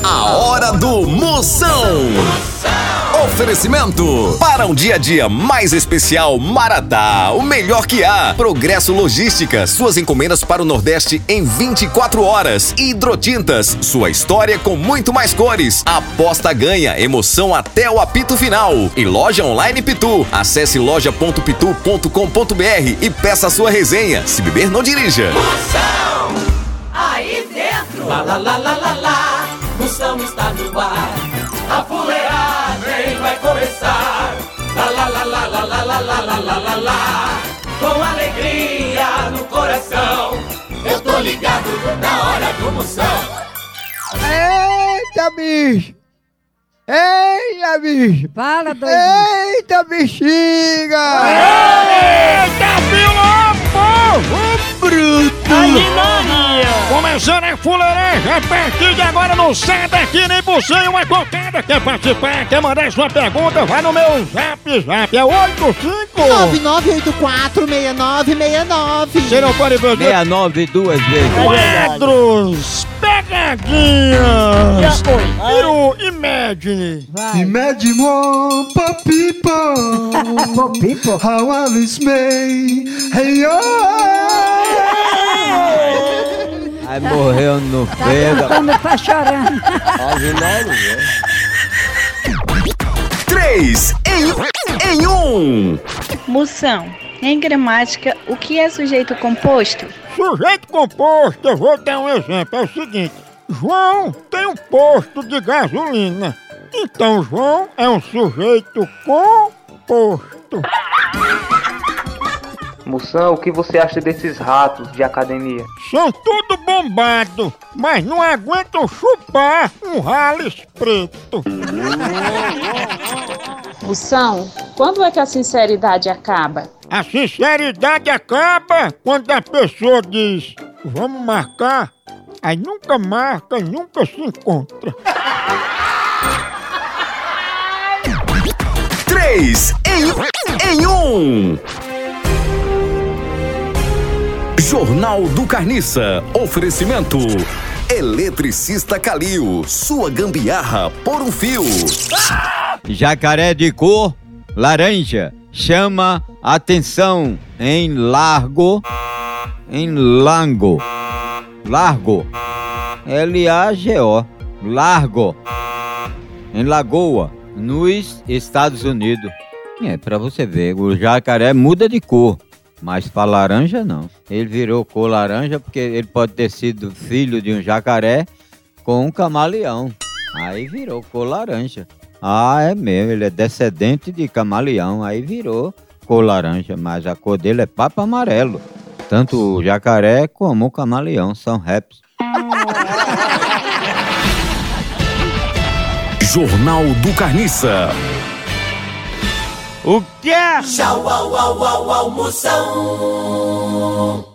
A hora do Moção. Oferecimento para um dia a dia mais especial, Maratá, o melhor que há. Progresso Logística, suas encomendas para o Nordeste em 24 horas. Hidrotintas, sua história com muito mais cores. Aposta ganha, emoção até o apito final. E loja online Pitu. Acesse loja.pitu.com.br e peça a sua resenha. Se beber, não dirija. Moção, aí dentro. Lá, lá, lá, lá, lá, lá. Moção está no ar. A fuleagem vai começar. Lá, lá, lá, lá, lá, lá, lá, lá, lá, lá, lá, lá. Com alegria no coração. Eu tô ligado na hora do Moção. Eita, bicho! Eita, bicho! Fala, doido! Eita, bexiga! Eita, vilão, povo bruto! Aí, Maria! Começando a fuleiragem, a partir de agora não sai daqui nem por cima uma cocada. Quer participar, quer mandar sua pergunta, vai no meu zap, é 85 99846969. Você não pode ver 69 duas vezes. quadros, pegadinhas, Iru, Imagine. Imagine one for people. How I was made. Hey, oh. Aí morreu no peito. Quando tá chorando. 3 em 1. Moção, em gramática, o que é sujeito composto? Sujeito composto, eu vou dar um exemplo, é o seguinte. João tem um posto de gasolina. Então João é um sujeito composto. Moção, o que você acha desses ratos de academia? São tudo bombado, mas não aguentam chupar um Rales preto. Moção, quando é que a sinceridade acaba? A sinceridade acaba quando a pessoa diz, vamos marcar, aí nunca marca e nunca se encontra. 3 em 1. Jornal do Carniça. Oferecimento. Eletricista Calil. Sua gambiarra por um fio. Jacaré de cor laranja chama atenção em largo, L-A-G-O, largo, em Lagoa, nos Estados Unidos. É, pra você ver, o jacaré muda de cor, mas pra laranja não. Ele virou cor laranja porque ele pode ter sido filho de um jacaré com um camaleão. Aí virou cor laranja. Ah, é mesmo, ele é descendente de camaleão, aí virou cor laranja, mas a cor dele é papo amarelo. Tanto o jacaré como o camaleão são raps. Jornal do Carniça. O quê? Tchau, au, au, au, au, Moção.